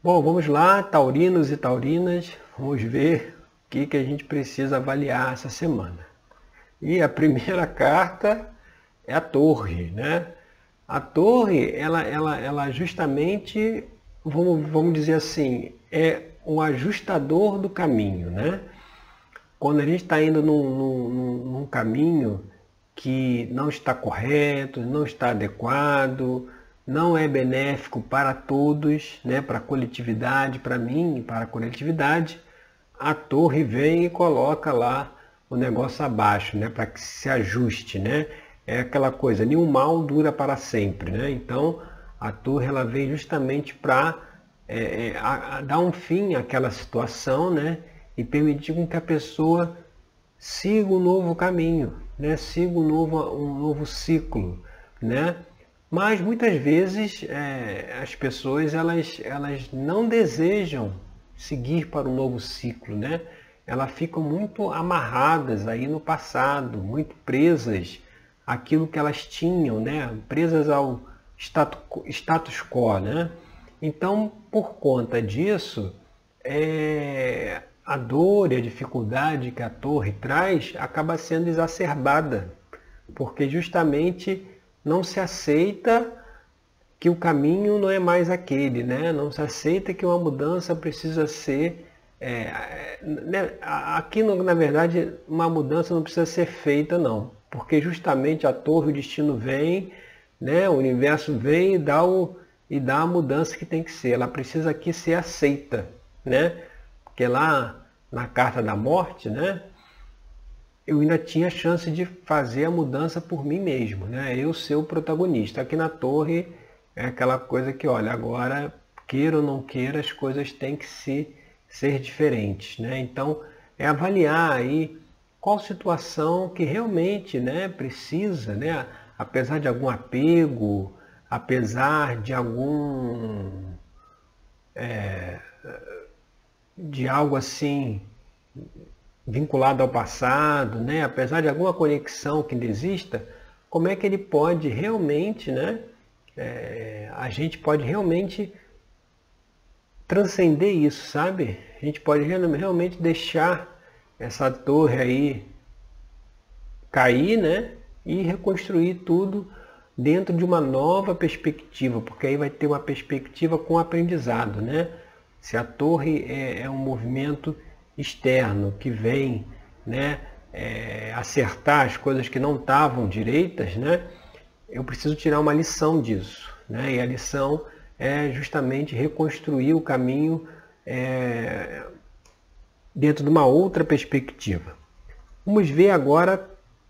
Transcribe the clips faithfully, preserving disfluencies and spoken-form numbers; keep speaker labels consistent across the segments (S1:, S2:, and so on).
S1: Bom, vamos lá, taurinos e taurinas, vamos ver o que, que a gente precisa avaliar essa semana. E a primeira carta é a torre, né? A torre, ela, ela, ela justamente, vamos, vamos dizer assim, é um ajustador do caminho, né? Quando a gente está indo num, num, num caminho que não está correto, não está adequado, não é benéfico para todos, né, para a coletividade, para mim e para a coletividade, a torre vem e coloca lá o negócio abaixo, né, para que se ajuste, né? É aquela coisa, nenhum mal dura para sempre, né? Então a torre ela vem justamente para é, é, a, a dar um fim àquela situação, né? E permitir com que a pessoa siga um novo caminho, né? Siga um novo, um novo ciclo, né? Mas muitas vezes é, as pessoas elas, elas não desejam seguir para um novo ciclo, né? Elas ficam muito amarradas aí no passado, muito presas àquilo que elas tinham, né? Presas ao status, status quo, né? Então, por conta disso, é, a dor e a dificuldade que a torre traz acaba sendo exacerbada, porque justamente não se aceita que o caminho não é mais aquele, né? Não se aceita que uma mudança precisa ser... É, né? Aqui, na verdade, uma mudança não precisa ser feita, não. Porque justamente a torre, o destino vem, né? O universo vem e dá, o, e dá a mudança que tem que ser. Ela precisa aqui ser aceita, né? Porque lá na carta da morte, né? Eu ainda tinha chance de fazer a mudança por mim mesmo, né? Eu ser o protagonista. Aqui na torre é aquela coisa que, olha, agora, queira ou não queira, as coisas têm que se, ser diferentes, né? Então, é avaliar aí qual situação que realmente, né, precisa, né? Apesar de algum apego, apesar de algum... É, de algo assim vinculado ao passado, né? Apesar de alguma conexão que ainda exista, como é que ele pode realmente, né? É, a gente pode realmente transcender isso, sabe? A gente pode realmente deixar essa torre aí cair, né? E reconstruir tudo dentro de uma nova perspectiva, porque aí vai ter uma perspectiva com aprendizado, né? Se a torre é, é um movimento externo que vem, né, é, acertar as coisas que não estavam direitas, né, eu preciso tirar uma lição disso, né, e a lição é justamente reconstruir o caminho é, dentro de uma outra perspectiva. Vamos ver agora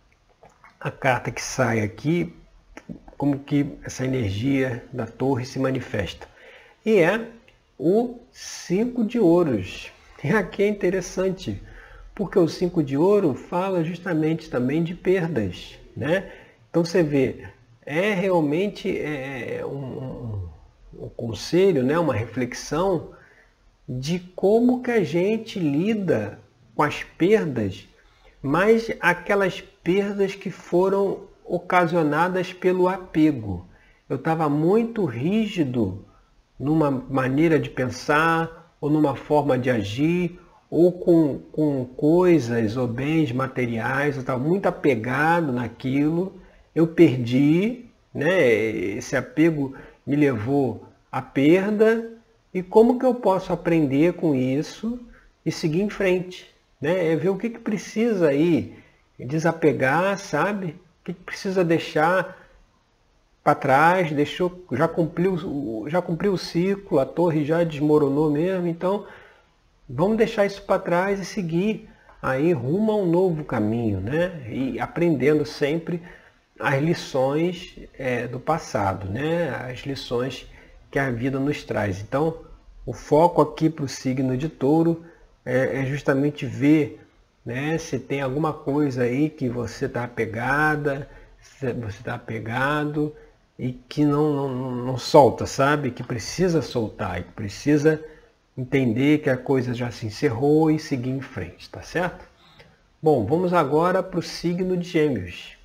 S1: a carta que sai aqui, como que essa energia da torre se manifesta. E é o cinco de ouros. E aqui é interessante, porque o cinco de ouro fala justamente também de perdas, né? Então você vê, é realmente é, um, um, um conselho, né? Uma reflexão de como que a gente lida com as perdas, mas aquelas perdas que foram ocasionadas pelo apego. Eu estava muito rígido numa maneira de pensar, ou numa forma de agir, ou com, com coisas ou bens materiais, eu estava muito apegado naquilo, eu perdi, né? Esse apego me levou à perda, e como que eu posso aprender com isso e seguir em frente, né? É ver o que, que precisa aí desapegar, sabe? O que, que precisa deixar para trás, deixou, já cumpriu, já cumpriu o ciclo, a torre já desmoronou mesmo, então vamos deixar isso para trás e seguir aí rumo a um novo caminho, né? E aprendendo sempre as lições é, do passado, né? As lições que a vida nos traz. Então, o foco aqui para o signo de Touro é, é justamente ver, né, se tem alguma coisa aí que você está apegada, se você está apegado, e que não, não, não solta, sabe? Que precisa soltar, e que precisa entender que a coisa já se encerrou e seguir em frente, tá certo? Bom, vamos agora para o signo de Gêmeos.